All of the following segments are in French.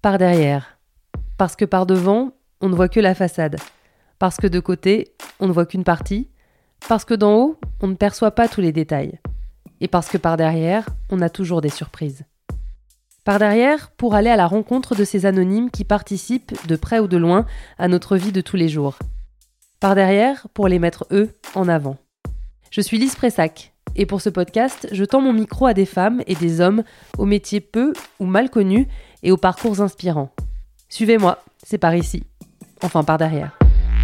Par derrière. Parce que par devant, on ne voit que la façade. Parce que de côté, on ne voit qu'une partie. Parce que d'en haut, on ne perçoit pas tous les détails. Et parce que par derrière, on a toujours des surprises. Par derrière, pour aller à la rencontre de ces anonymes qui participent, de près ou de loin, à notre vie de tous les jours. Par derrière, pour les mettre, eux, en avant. Je suis Lise Pressac, et pour ce podcast, je tends mon micro à des femmes et des hommes aux métiers peu ou mal connus et aux parcours inspirants. Suivez-moi, c'est par ici. Enfin, par derrière.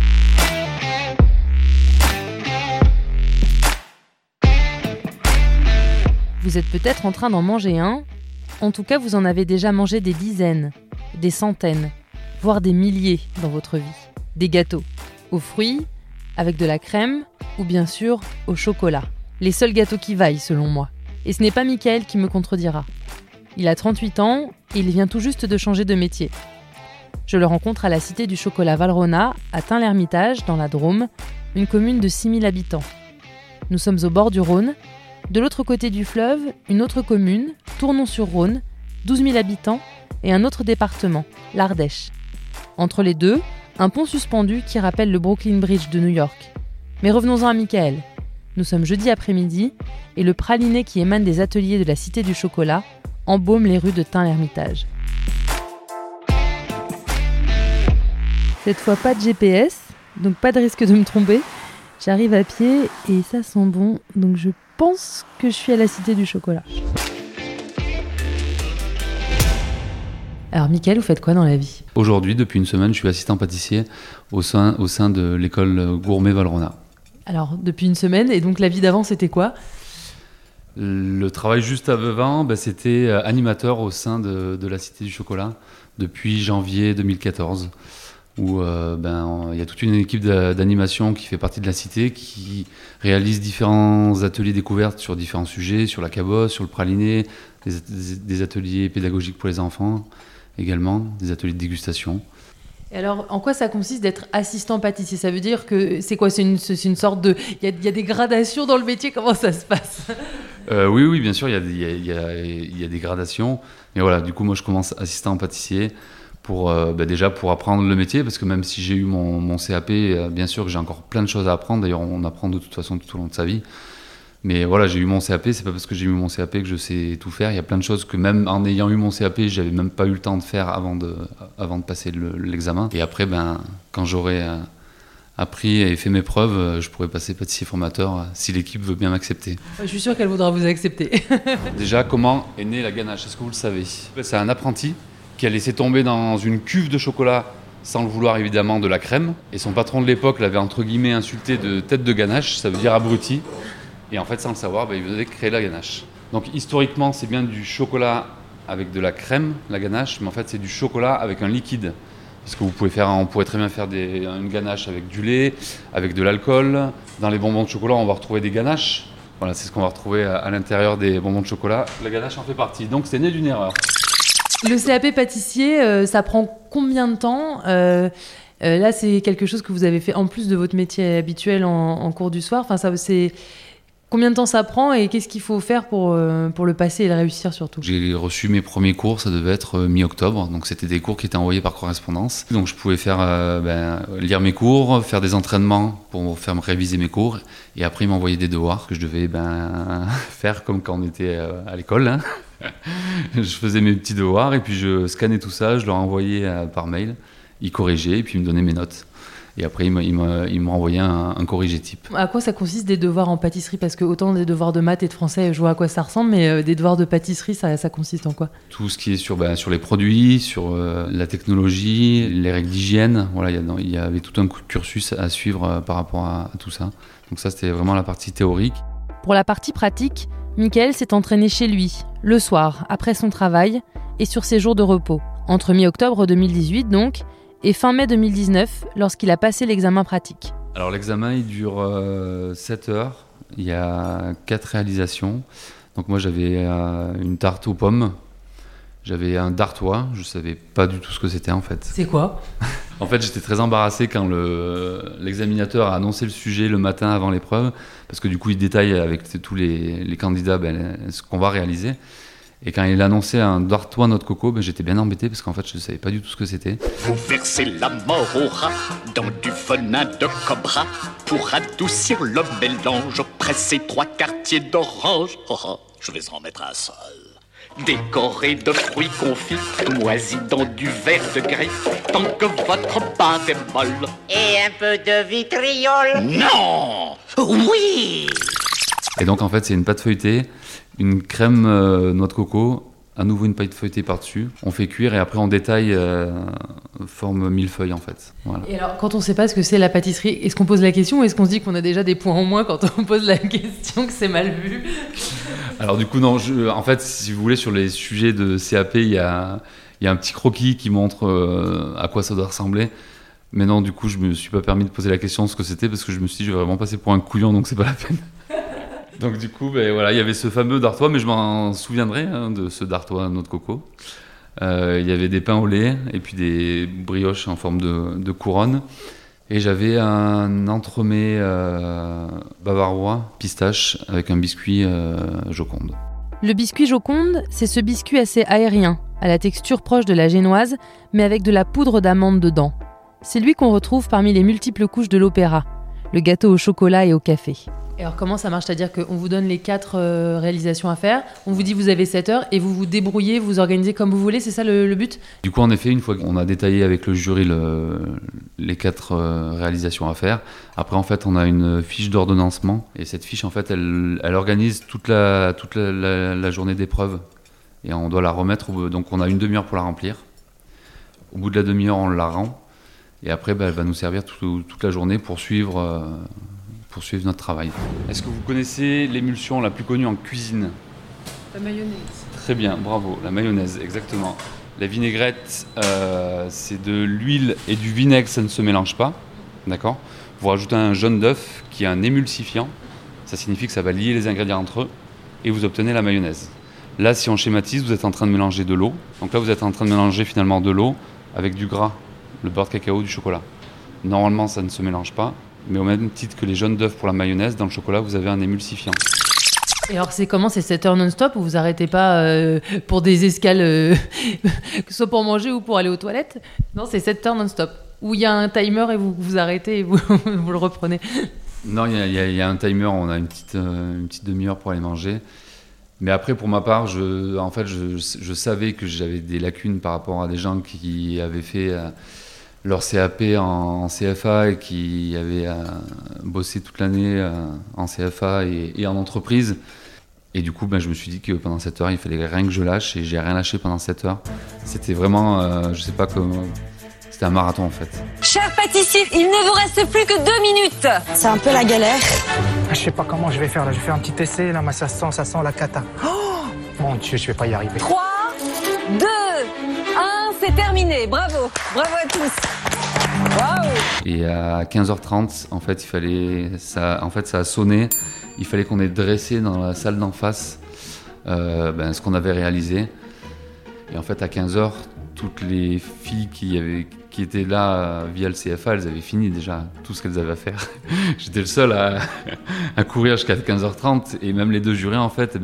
Vous êtes peut-être en train d'en manger un. En tout cas, vous en avez déjà mangé des dizaines, des centaines, voire des milliers dans votre vie. Des gâteaux, aux fruits, avec de la crème, ou bien sûr, au chocolat. Les seuls gâteaux qui vaillent, selon moi. Et ce n'est pas Mickaël qui me contredira. Il a 38 ans et il vient tout juste de changer de métier. Je le rencontre à la Cité du Chocolat Valrhona, à Tain-l'Hermitage, dans la Drôme, une commune de 6000 habitants. Nous sommes au bord du Rhône. De l'autre côté du fleuve, une autre commune, Tournon-sur-Rhône, 12 000 habitants, et un autre département, l'Ardèche. Entre les deux, un pont suspendu qui rappelle le Brooklyn Bridge de New York. Mais revenons-en à Mickaël. Nous sommes jeudi après-midi, et le praliné qui émane des ateliers de la Cité du Chocolat embaume les rues de Tain-l'Hermitage. Cette fois, pas de GPS, donc pas de risque de me tromper. J'arrive à pied et ça sent bon, donc je pense que je suis à la Cité du Chocolat. Alors Mickaël, vous faites quoi dans la vie ? Aujourd'hui, depuis une semaine, je suis assistant pâtissier au sein de l'école Gourmet Valrhona. Alors, depuis une semaine, et donc la vie d'avant, c'était quoi ? Le travail juste avant, c'était animateur au sein de la Cité du Chocolat depuis janvier 2014. Où y a toute une équipe d'animation qui fait partie de la cité, qui réalise différents ateliers découvertes sur différents sujets, sur la cabosse, sur le praliné, des ateliers pédagogiques pour les enfants également, des ateliers de dégustation. Et alors, en quoi ça consiste d'être assistant pâtissier ? Ça veut dire que c'est quoi ? C'est une sorte de... Il y a des gradations dans le métier, comment ça se passe ? Oui, bien sûr, il y a des gradations. Mais voilà, du coup, moi, je commence assistant pâtissier pour déjà pour apprendre le métier, parce que même si j'ai eu mon CAP, bien sûr que j'ai encore plein de choses à apprendre. D'ailleurs, on apprend de toute façon tout au long de sa vie. Mais voilà, j'ai eu mon CAP, c'est pas parce que j'ai eu mon CAP que je sais tout faire. Il y a plein de choses que même en ayant eu mon CAP, j'avais même pas eu le temps de faire avant de passer l'examen. Et après, quand j'aurai appris et fait mes preuves, je pourrai passer pâtissier formateur si l'équipe veut bien m'accepter. Je suis sûr qu'elle voudra vous accepter. Déjà, comment est née la ganache ? Est-ce que vous le savez ? C'est un apprenti qui a laissé tomber dans une cuve de chocolat, sans le vouloir évidemment, de la crème. Et son patron de l'époque l'avait entre guillemets insulté de tête de ganache, ça veut dire abruti. Et en fait, sans le savoir, il venait créer la ganache. Donc historiquement, c'est bien du chocolat avec de la crème, la ganache, mais en fait, c'est du chocolat avec un liquide. Parce que on pourrait très bien faire une ganache avec du lait, avec de l'alcool. Dans les bonbons de chocolat, on va retrouver des ganaches. Voilà, c'est ce qu'on va retrouver à l'intérieur des bonbons de chocolat. La ganache en fait partie. Donc c'est né d'une erreur. Le CAP pâtissier, ça prend combien de temps ? Là, c'est quelque chose que vous avez fait en plus de votre métier habituel en cours du soir. Enfin, c'est... Combien de temps ça prend et qu'est-ce qu'il faut faire pour le passer et le réussir surtout ? J'ai reçu mes premiers cours, ça devait être mi-octobre. Donc c'était des cours qui étaient envoyés par correspondance. Donc je pouvais faire lire mes cours, faire des entraînements pour faire réviser mes cours. Et après, ils m'envoyaient des devoirs que je devais faire comme quand on était à l'école. Hein. Je faisais mes petits devoirs et puis je scannais tout ça, je leur envoyais par mail. Ils corrigeaient et puis ils me donnaient mes notes. Et après, il m'a envoyé un corrigé type. À quoi ça consiste des devoirs en pâtisserie ? Parce que autant des devoirs de maths et de français, je vois à quoi ça ressemble, mais des devoirs de pâtisserie, ça consiste en quoi ? Tout ce qui est sur les produits, sur la technologie, les règles d'hygiène. Voilà, il y avait tout un cursus à suivre par rapport à tout ça. Donc ça, c'était vraiment la partie théorique. Pour la partie pratique, Mickaël s'est entraîné chez lui, le soir, après son travail, et sur ses jours de repos. Entre mi-octobre 2018, donc, et fin mai 2019, lorsqu'il a passé l'examen pratique. Alors l'examen, il dure 7 heures. Il y a 4 réalisations. Donc moi, j'avais une tarte aux pommes. J'avais un dartois. Je ne savais pas du tout ce que c'était en fait. C'est quoi ? En fait, j'étais très embarrassé quand l'examinateur a annoncé le sujet le matin avant l'épreuve. Parce que du coup, il détaille avec tous les candidats ce qu'on va réaliser. Et quand il annonçait un Dartois noix de coco, j'étais bien embêté parce qu'en fait je ne savais pas du tout ce que c'était. Vous versez la mort au rat dans du venin de cobra pour adoucir le mélange. Pressez 3 quartiers d'orange. Je vais en mettre un seul. Décoré de fruits confits, moisis dans du verre de griffe, tant que votre pâte est molle. Et un peu de vitriol. Non! Oui! Et donc en fait c'est une pâte feuilletée, une crème noix de coco, à nouveau une pâte feuilletée par-dessus. On fait cuire et après on détaille forme millefeuille en fait. Voilà. Et alors quand on ne sait pas ce que c'est la pâtisserie, est-ce qu'on pose la question ou est-ce qu'on se dit qu'on a déjà des points en moins quand on pose la question, que c'est mal vu? Alors du coup non, en fait si vous voulez sur les sujets de CAP il y a un petit croquis qui montre à quoi ça doit ressembler. Mais non, du coup je me suis pas permis de poser la question de ce que c'était parce que je me suis dit je vais vraiment passer pour un couillon donc c'est pas la peine. Donc du coup, voilà, il y avait ce fameux dartois, mais je m'en souviendrai de ce dartois noix de coco. Il y avait des pains au lait et puis des brioches en forme de couronne. Et j'avais un entremets bavarois, pistache, avec un biscuit Joconde. Le biscuit Joconde, c'est ce biscuit assez aérien, à la texture proche de la génoise, mais avec de la poudre d'amande dedans. C'est lui qu'on retrouve parmi les multiples couches de l'opéra, le gâteau au chocolat et au café. Et alors comment ça marche? C'est-à-dire qu'on vous donne les 4 réalisations à faire, on vous dit vous avez 7 heures et vous vous débrouillez, vous organisez comme vous voulez, c'est ça le but? Du coup en effet, une fois qu'on a détaillé avec le jury les 4 réalisations à faire, après en fait on a une fiche d'ordonnancement et cette fiche en fait elle organise toute la journée d'épreuve et on doit la remettre, donc on a une demi-heure pour la remplir. Au bout de la demi-heure on la rend et après elle va nous servir toute la journée pour suivre notre travail. Est-ce que vous connaissez l'émulsion la plus connue en cuisine? La mayonnaise. Très bien, bravo, la mayonnaise, exactement. La vinaigrette, c'est de l'huile et du vinaigre, ça ne se mélange pas, d'accord? Vous rajoutez un jaune d'œuf qui est un émulsifiant, ça signifie que ça va lier les ingrédients entre eux, et vous obtenez la mayonnaise. Là, si on schématise, vous êtes en train de mélanger de l'eau, donc là vous êtes en train de mélanger finalement de l'eau avec du gras, le beurre de cacao, du chocolat. Normalement, ça ne se mélange pas, mais au même titre que les jaunes d'œufs pour la mayonnaise, dans le chocolat, vous avez un émulsifiant. Et alors c'est comment? C'est 7 heures non-stop ou vous arrêtez pas pour des escales, que ce soit pour manger ou pour aller aux toilettes? Non, c'est 7 heures non-stop. Ou il y a un timer et vous arrêtez et vous le reprenez? Non, il y a un timer, on a une petite demi-heure pour aller manger. Mais après, pour ma part, je savais que j'avais des lacunes par rapport à des gens qui avaient fait leur CAP en CFA et qui avaient bossé toute l'année en CFA et en entreprise. Et du coup, je me suis dit que pendant 7 heures, il fallait rien que je lâche et j'ai rien lâché pendant 7 heures. C'était vraiment, je sais pas comment... C'était un marathon en fait. Cher pâtissier, il ne vous reste plus que 2 minutes. C'est un peu la galère. Je sais pas comment je vais faire là. Je vais faire un petit essai là, mais ça sent la cata. Oh mon Dieu, je vais pas y arriver. 3, 2, 1, c'est terminé. Bravo, bravo à tous. Waouh. Et à 15h30, en fait, ça a sonné. Il fallait qu'on ait dressé dans la salle d'en face ce qu'on avait réalisé. Et en fait, à 15h, toutes les filles qui étaient là via le CFA, elles avaient fini déjà tout ce qu'elles avaient à faire. J'étais le seul à courir jusqu'à 15h30 et même les 2 jurés en fait,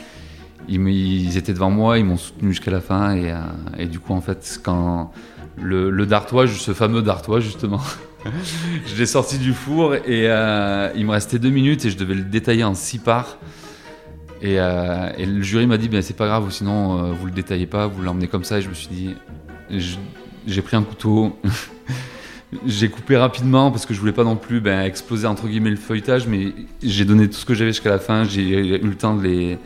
ils étaient devant moi, ils m'ont soutenu jusqu'à la fin et du coup en fait quand le dartois, ce fameux dartois justement, je l'ai sorti du four et il me restait 2 minutes et je devais le détailler en 6 parts. Et le jury m'a dit c'est pas grave ou sinon vous le détaillez pas, vous l'emmenez comme ça. Et je me suis dit j'ai pris un couteau, j'ai coupé rapidement parce que je voulais pas non plus exploser entre guillemets le feuilletage, mais j'ai donné tout ce que j'avais jusqu'à la fin. J'ai eu le temps de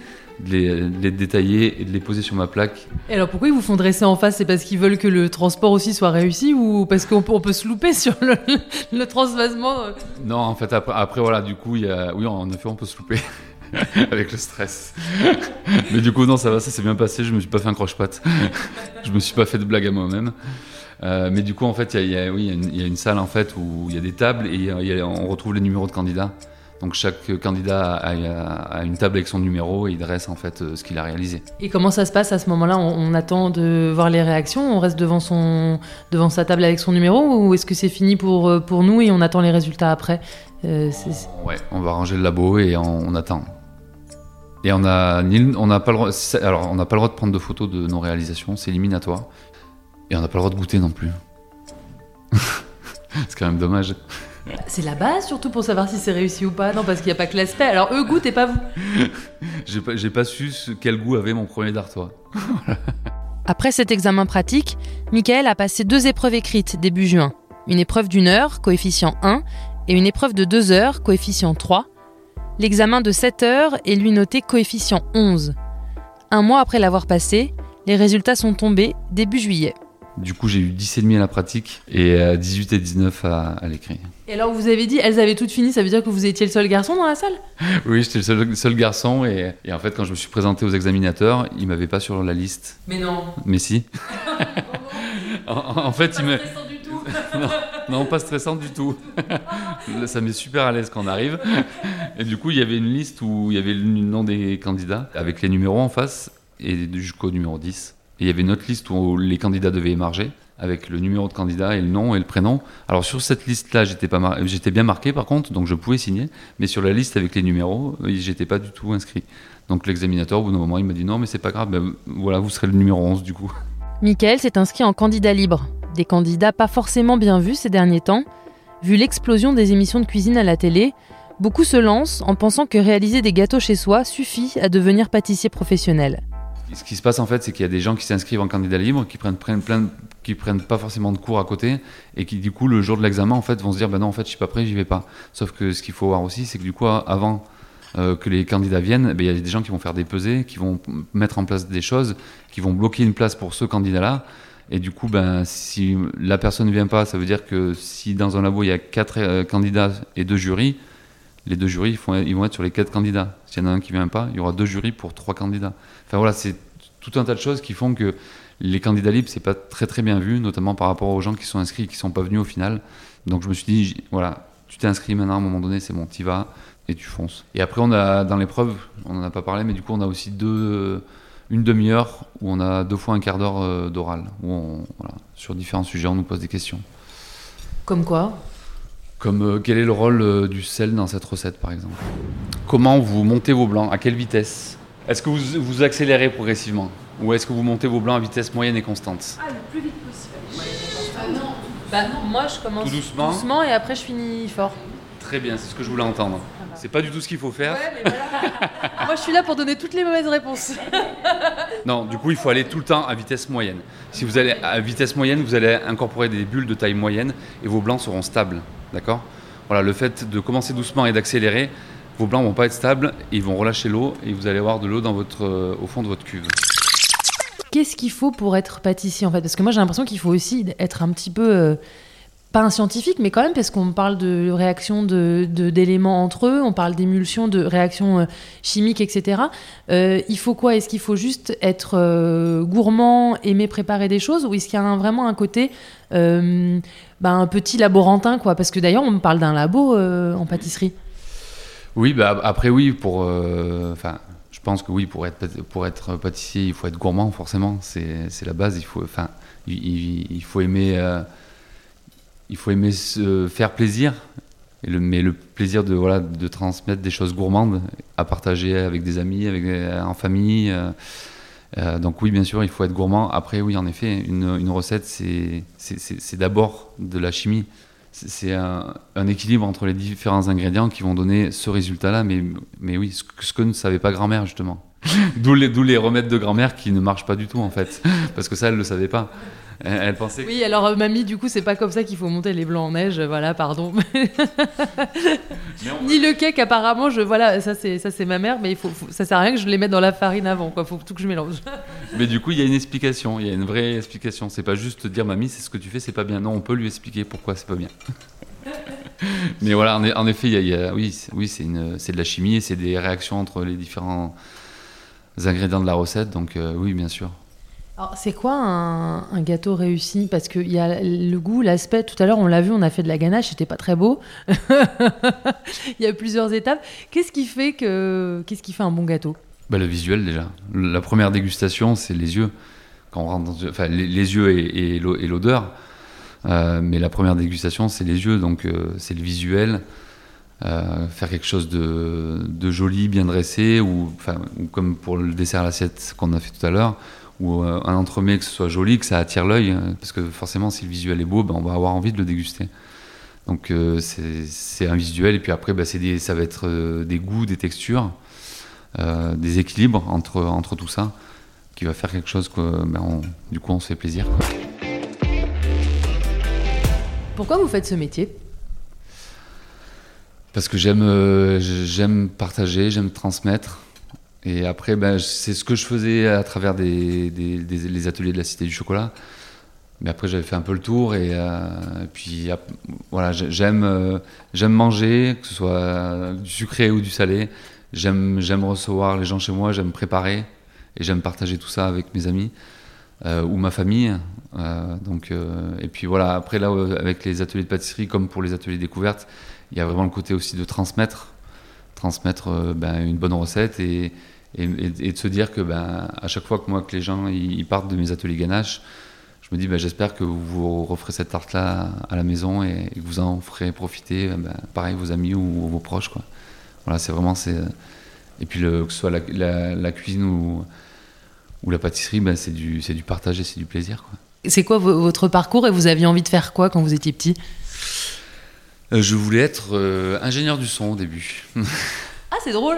les détailler et de les poser sur ma plaque. Et alors pourquoi ils vous font dresser en face? C'est parce qu'ils veulent que le transport aussi soit réussi ou parce qu'on peut se louper sur le transvasement? Non, en fait après voilà, du coup oui en effet on peut se louper. Avec le stress. Mais du coup, non, ça va, ça s'est bien passé. Je me suis pas fait un croche-patte. Je me suis pas fait de blague à moi-même. Mais du coup, en fait, il y a une salle en fait où il y a des tables et on retrouve les numéros de candidats. Donc chaque candidat a une table avec son numéro et il dresse en fait ce qu'il a réalisé. Et comment ça se passe à ce moment-là? On attend de voir les réactions, on reste devant sa table avec son numéro ou est-ce que c'est fini pour nous et on attend les résultats après? Ouais, on va ranger le labo et on attend. Et on n'a pas le droit, on n'a pas le droit de prendre de photos de nos réalisations, c'est éliminatoire. Et on n'a pas le droit de goûter non plus. C'est quand même dommage. C'est la base surtout pour savoir si c'est réussi ou pas. Non, parce qu'il n'y a pas que l'aspect. Alors eux goûtent et pas vous. J'ai pas su quel goût avait mon premier dartois. Après cet examen pratique, Michael a passé 2 épreuves écrites début juin. Une épreuve d'1 heure, coefficient 1, et une épreuve de 2 heures, coefficient 3. L'examen de 7 heures est lui noté coefficient 11. Un mois après l'avoir passé, les résultats sont tombés début juillet. Du coup, j'ai eu 10,5 à la pratique et 18 et 19 à l'écrit. Et alors, vous avez dit, elles avaient toutes fini, ça veut dire que vous étiez le seul garçon dans la salle ? Oui, j'étais le seul garçon et en fait, quand je me suis présenté aux examinateurs, ils ne m'avaient pas sur la liste. Mais non. Mais si. En fait, Pas stressant du tout. non, pas stressant du tout. Ça me met super à l'aise quand on arrive. Et du coup, il y avait une liste où il y avait le nom des candidats avec les numéros en face et jusqu'au numéro 10. Et il y avait une autre liste où les candidats devaient émarger avec le numéro de candidat et le nom et le prénom. Alors sur cette liste-là, j'étais bien marqué par contre, donc je pouvais signer. Mais sur la liste avec les numéros, j'étais pas du tout inscrit. Donc l'examinateur, au bout d'un moment, il m'a dit non, mais c'est pas grave, ben, voilà, vous serez le numéro 11 du coup. Michael s'est inscrit en candidat libre. Des candidats pas forcément bien vus ces derniers temps. Vu l'explosion des émissions de cuisine à la télé, beaucoup se lancent en pensant que réaliser des gâteaux chez soi suffit à devenir pâtissier professionnel. Ce qui se passe en fait, c'est qu'il y a des gens qui s'inscrivent en candidat libre, qui prennent pas forcément de cours à côté, et qui du coup le jour de l'examen en fait vont se dire bah non en fait je suis pas prêt, j'y vais pas. Sauf que ce qu'il faut voir aussi, c'est que du coup avant que les candidats viennent, il y a des gens qui vont faire des pesées, qui vont mettre en place des choses, qui vont bloquer une place pour ce candidat-là. Et du coup, si la personne ne vient pas, ça veut dire que si dans un labo il y a 4 candidats et 2 jurys, les 2 jurys ils vont être sur les 4 candidats. S'il y en a un qui ne vient pas, il y aura 2 jurys pour 3 candidats. Enfin voilà, c'est tout un tas de choses qui font que les candidats libres, c'est pas très très bien vu, notamment par rapport aux gens qui sont inscrits et qui ne sont pas venus au final. Donc je me suis dit, voilà, tu t'es inscrit maintenant à un moment donné, c'est bon, t'y vas et tu fonces. Et après, on a dans l'épreuve, on n'en a pas parlé, mais du coup, on a aussi une demi-heure où on a 2 fois un quart d'heure d'oral, où sur différents sujets, on nous pose des questions. Comme quoi ? Comme quel est le rôle du sel dans cette recette, par exemple ? Comment vous montez vos blancs ? À quelle vitesse ? Est-ce que vous accélérez progressivement ? Ou est-ce que vous montez vos blancs à vitesse moyenne et constante ? Le plus vite possible. Non, moi je commence tout doucement et après je finis fort. Très bien, c'est ce que je voulais entendre. C'est pas du tout ce qu'il faut faire. Ouais, mais voilà. Moi je suis là pour donner toutes les mauvaises réponses. Non, du coup, il faut aller tout le temps à vitesse moyenne. Si vous allez à vitesse moyenne, vous allez incorporer des bulles de taille moyenne et vos blancs seront stables. D'accord ? Voilà, le fait de commencer doucement et d'accélérer, vos blancs vont pas être stables, ils vont relâcher l'eau et vous allez avoir de l'eau au fond de votre cuve. Qu'est-ce qu'il faut pour être pâtissier en fait ? Parce que moi j'ai l'impression qu'il faut aussi être un petit peu, pas un scientifique, mais quand même, parce qu'on parle de réactions d'éléments entre eux, on parle d'émulsions, de réactions chimiques, etc. Il faut quoi ? Est-ce qu'il faut juste être gourmand, aimer préparer des choses, ou est-ce qu'il y a vraiment un côté un petit laborantin quoi ? Parce que d'ailleurs on me parle d'un labo en pâtisserie. Oui, après oui, je pense que oui, pour être pâtissier, il faut être gourmand forcément, c'est la base. Il faut aimer se faire plaisir, mais le plaisir de transmettre des choses gourmandes à partager avec des amis, en famille. Donc oui, bien sûr, il faut être gourmand. Après oui, en effet, une recette, c'est d'abord de la chimie. C'est un équilibre entre les différents ingrédients qui vont donner ce résultat-là, mais oui, ce que ne savait pas grand-mère, justement. D'où les remèdes de grand-mère qui ne marchent pas du tout, en fait, parce que ça, elle ne le savait pas. Elle pensait... Oui, alors mamie, du coup, c'est pas comme ça qu'il faut monter les blancs en neige, voilà, pardon. Ni le cake, apparemment, ça c'est ma mère, mais ça sert à rien que je les mette dans la farine avant, quoi, faut tout que je mélange. Mais du coup, il y a une explication, il y a une vraie explication. C'est pas juste dire mamie, c'est ce que tu fais, c'est pas bien. Non, on peut lui expliquer pourquoi c'est pas bien. Mais voilà, en effet, oui, c'est de la chimie et c'est des réactions entre les différents ingrédients de la recette, donc oui, bien sûr. Alors, c'est quoi un gâteau réussi ? Parce qu'il y a le goût, l'aspect. Tout à l'heure, on l'a vu, on a fait de la ganache, c'était pas très beau. Il y a plusieurs étapes. Qu'est-ce qui fait un bon gâteau ? Le visuel, déjà. La première dégustation, c'est les yeux. Quand on rentre les yeux et l'odeur. Mais la première dégustation, c'est les yeux, donc c'est le visuel. faire quelque chose de joli, bien dressé, ou comme pour le dessert à l'assiette qu'on a fait tout à l'heure, ou un entremets que ce soit joli, que ça attire l'œil, parce que forcément si le visuel est beau, on va avoir envie de le déguster. Donc c'est un visuel, et puis après ça va être des goûts, des textures, des équilibres entre tout ça, qui va faire quelque chose que du coup on se fait plaisir, quoi. Pourquoi vous faites ce métier ? Parce que j'aime partager, j'aime transmettre. Et après, c'est ce que je faisais à travers les ateliers de la Cité du Chocolat. Mais après, j'avais fait un peu le tour. Et puis, voilà, j'aime manger, que ce soit du sucré ou du salé. J'aime recevoir les gens chez moi, j'aime préparer. Et j'aime partager tout ça avec mes amis ou ma famille. Et puis voilà, après, là, avec les ateliers de pâtisserie, comme pour les ateliers découvertes, il y a vraiment le côté aussi de transmettre une bonne recette et de se dire que à chaque fois que les gens ils partent de mes ateliers ganache, je me dis j'espère que vous referez cette tarte là à la maison et que vous en ferez profiter pareil vos amis ou vos proches, quoi. Voilà, c'est vraiment et puis que ce soit la cuisine ou la pâtisserie, c'est du partage et c'est du plaisir, quoi. C'est quoi votre parcours et vous aviez envie de faire quoi quand vous étiez petit ? Je voulais être ingénieur du son au début. Ah, c'est drôle.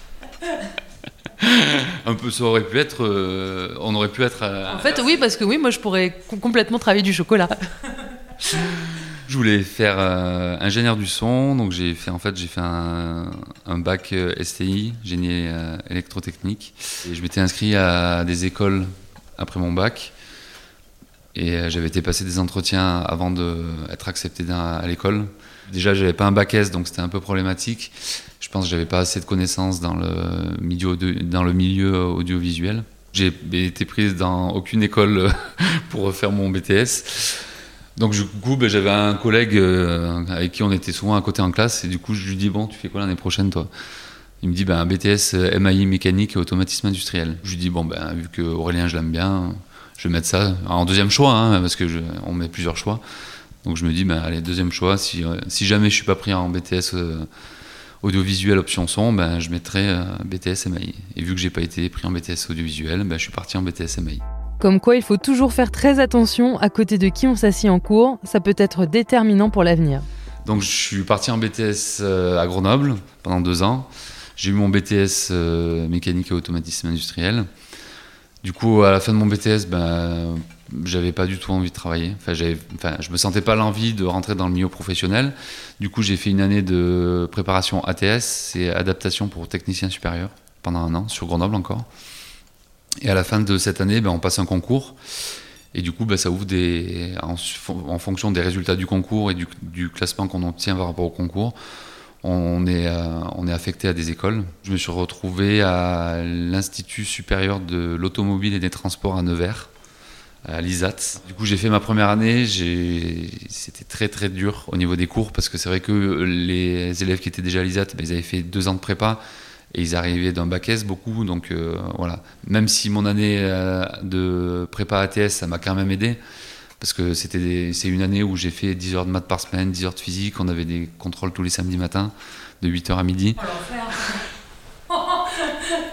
Un peu, ça aurait pu être... on aurait pu être... En fait, oui, parce que moi, je pourrais complètement travailler du chocolat. Je voulais faire ingénieur du son, donc j'ai fait un bac STI, génie électrotechnique. Et je m'étais inscrit à des écoles après mon bac. Et j'avais été passer des entretiens avant d'être accepté à l'école. Déjà, j'avais pas un bac S, donc c'était un peu problématique. Je pense que j'avais pas assez de connaissances dans le milieu audiovisuel. J'ai été prise dans aucune école pour faire mon BTS. Donc du coup, j'avais un collègue avec qui on était souvent à côté en classe, et du coup, je lui dis tu fais quoi l'année prochaine, toi ? Il me dit un BTS MAI mécanique et automatisme industriel. Je lui dis vu que Aurélien, je l'aime bien, je vais mettre ça en deuxième choix, parce que on met plusieurs choix. Donc je me dis, allez, deuxième choix, si jamais je suis pas pris en BTS audiovisuel option son, je mettrai BTS MAI. Et vu que j'ai pas été pris en BTS audiovisuel, je suis parti en BTS MAI. Comme quoi, il faut toujours faire très attention à côté de qui on s'assied en cours, ça peut être déterminant pour l'avenir. Donc je suis parti en BTS à Grenoble pendant 2 ans. J'ai eu mon BTS mécanique et automatisme industriel. Du coup, à la fin de mon BTS, j'avais pas du tout envie de travailler. Je me sentais pas l'envie de rentrer dans le milieu professionnel. Du coup, j'ai fait une année de préparation ATS, c'est adaptation pour technicien supérieur, pendant 1 an, sur Grenoble encore. Et à la fin de cette année, on passe un concours. Et du coup, ça ouvre en fonction des résultats du concours et du classement qu'on obtient par rapport au concours. On est affecté à des écoles. Je me suis retrouvé à l'Institut supérieur de l'automobile et des transports à Nevers, à l'ISAT. Du coup, j'ai fait ma première année. C'était très très dur au niveau des cours, parce que c'est vrai que les élèves qui étaient déjà à l'ISAT, ils avaient fait 2 ans de prépa et ils arrivaient d'un bac S beaucoup. Donc voilà. Même si mon année de prépa ATS, ça m'a quand même aidé. Parce que c'est une année où j'ai fait 10 heures de maths par semaine, 10 heures de physique, on avait des contrôles tous les samedis matins, de 8h à midi. Oh l'enfer.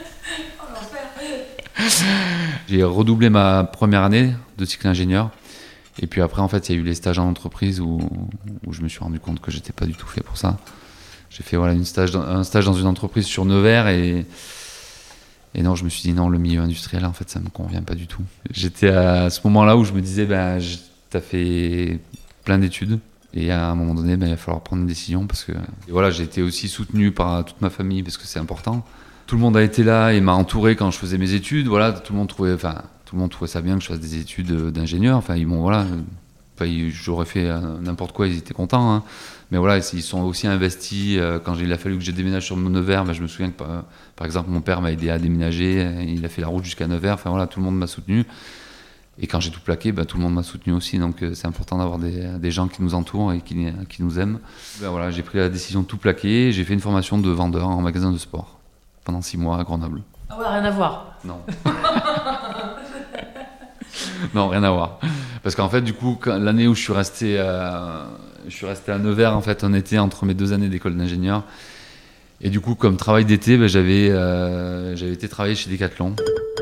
J'ai redoublé ma première année de cycle ingénieur. Et puis après, en fait, il y a eu les stages en entreprise où je me suis rendu compte que j'étais pas du tout fait pour ça. J'ai fait un stage dans une entreprise sur Nevers et non, je me suis dit non, le milieu industriel, en fait, ça me convient pas du tout. J'étais à ce moment-là où je me disais, t'as fait plein d'études et à un moment donné, il va falloir prendre une décision, parce que j'ai été aussi soutenu par toute ma famille, parce que c'est important. Tout le monde a été là et m'a entouré quand je faisais mes études. Voilà, tout le monde trouvait ça bien que je fasse des études d'ingénieur. J'aurais fait n'importe quoi, ils étaient contents, hein. Mais voilà, ils sont aussi investis. Quand il a fallu que je déménage sur Nevers, je me souviens que par exemple mon père m'a aidé à déménager, il a fait la route jusqu'à Nevers. Tout le monde m'a soutenu. Et quand j'ai tout plaqué, tout le monde m'a soutenu aussi. Donc c'est important d'avoir des gens qui nous entourent et qui nous aiment. J'ai pris la décision de tout plaquer. J'ai fait une formation de vendeur en magasin de sport pendant 6 mois à Grenoble. Ah ouais, rien à voir. Non. Non, rien à voir. Parce qu'en fait, du coup, l'année où je suis resté à Nevers en fait, en été, entre mes 2 années d'école d'ingénieur. Et du coup, comme travail d'été, j'avais été travailler chez Decathlon.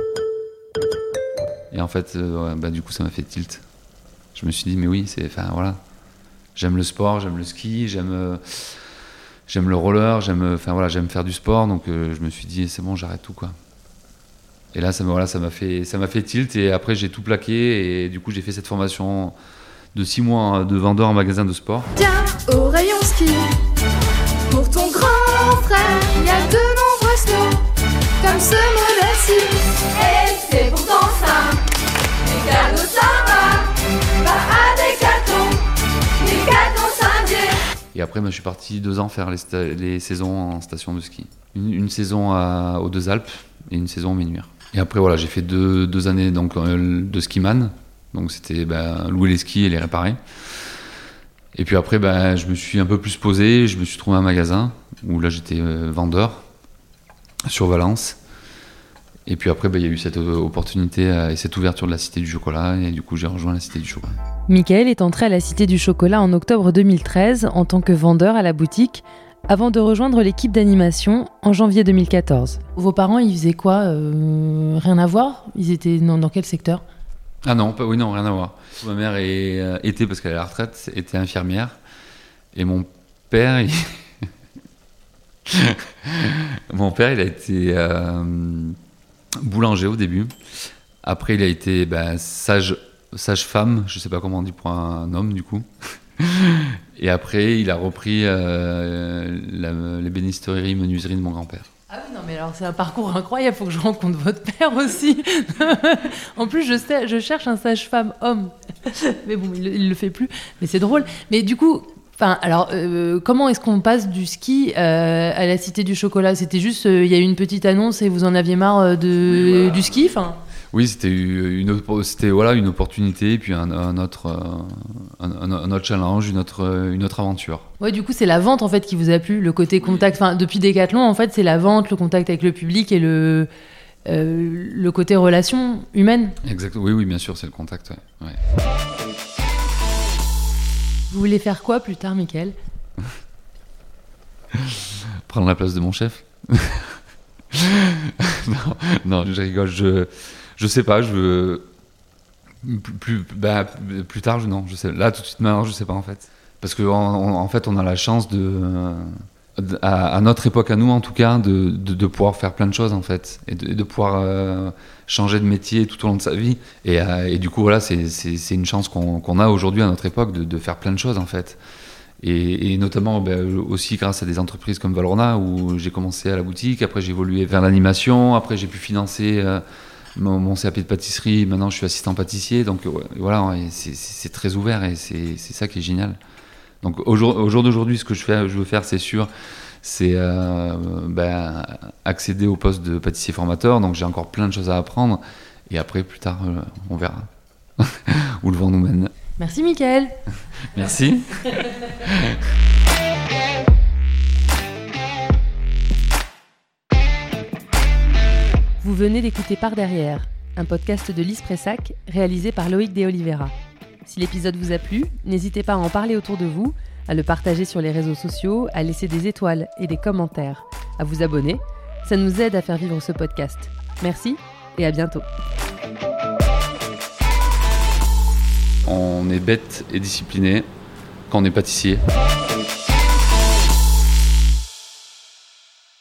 Et en fait, du coup, ça m'a fait tilt. Je me suis dit, mais oui, voilà. J'aime le sport, j'aime le ski, j'aime le roller, j'aime faire du sport. Donc, je me suis dit, c'est bon, j'arrête tout, quoi. Et là, ça m'a fait tilt. Et après, j'ai tout plaqué. Et du coup, j'ai fait cette formation de 6 mois de vendeur en magasin de sport. Tiens, au rayon ski, pour ton grand frère, il y a de nombreux slots, comme ce modèle-ci. Et c'est pourtant simple, les cadeaux ça va à Decathlon, Decathlon Saint-Dié. Et après, je suis parti 2 ans faire les saisons en station de ski. Une saison aux Deux Alpes et une saison au Ménuire. Et après, voilà, j'ai fait 2 années donc, de skiman. Donc c'était louer les skis et les réparer. Et puis après, je me suis un peu plus posé, je me suis trouvé un magasin où là j'étais vendeur sur Valence. Et puis après, il y a eu cette opportunité et cette ouverture de la Cité du Chocolat, et du coup j'ai rejoint la Cité du Chocolat. Mickaël est entré à la Cité du Chocolat en octobre 2013 en tant que vendeur à la boutique, avant de rejoindre l'équipe d'animation en janvier 2014. Vos parents, ils faisaient quoi ? Rien à voir ? Ils étaient dans quel secteur ? Ah non, non, rien à voir. Ma mère était, parce qu'elle est à la retraite, était infirmière. Et mon père, il a été boulanger au début. Après, il a été sage-femme, je sais pas comment on dit pour un homme du coup. Et après, il a repris l'ébénisterie, menuiserie de mon grand-père. Ah oui, non, mais alors c'est un parcours incroyable, faut que je rencontre votre père aussi. En plus, je cherche un sage-femme homme. Mais bon, il le fait plus, mais c'est drôle. Mais du coup, comment est-ce qu'on passe du ski à la Cité du Chocolat ? C'était juste, il y a eu une petite annonce et vous en aviez marre du ski, enfin. Oui, c'était une opportunité, puis un autre challenge, une autre aventure. Ouais, du coup, c'est la vente en fait qui vous a plu, le côté contact. Enfin, depuis Decathlon, en fait, c'est la vente, le contact avec le public et le côté relation humaine. Exactement. Oui, bien sûr, c'est le contact. Ouais. Vous voulez faire quoi plus tard, Mickaël ? Prendre la place de mon chef. non, je rigole. Je sais pas, je veux plus tard, non, je sais. Là, tout de suite, maintenant, je sais pas en fait, parce que en fait, on a la chance à notre époque, à nous en tout cas, de pouvoir faire plein de choses en fait, et de pouvoir changer de métier tout au long de sa vie. Et du coup, voilà, c'est une chance qu'on a aujourd'hui à notre époque de faire plein de choses en fait. Et notamment aussi grâce à des entreprises comme Valrhona, où j'ai commencé à la boutique, après j'ai évolué vers l'animation, après j'ai pu financer mon CAP de pâtisserie, maintenant je suis assistant pâtissier, donc voilà, c'est très ouvert et c'est ça qui est génial. Donc au jour d'aujourd'hui, ce que je veux faire, c'est sûr, c'est accéder au poste de pâtissier formateur, donc j'ai encore plein de choses à apprendre, et après plus tard on verra où le vent nous mène. Merci Mickaël. Merci. Vous venez d'écouter Par Derrière, un podcast de Lise Pressac réalisé par Loïc De Oliveira. Si l'épisode vous a plu, n'hésitez pas à en parler autour de vous, à le partager sur les réseaux sociaux, à laisser des étoiles et des commentaires, à vous abonner. Ça nous aide à faire vivre ce podcast. Merci et à bientôt. On est bête et discipliné quand on est pâtissier.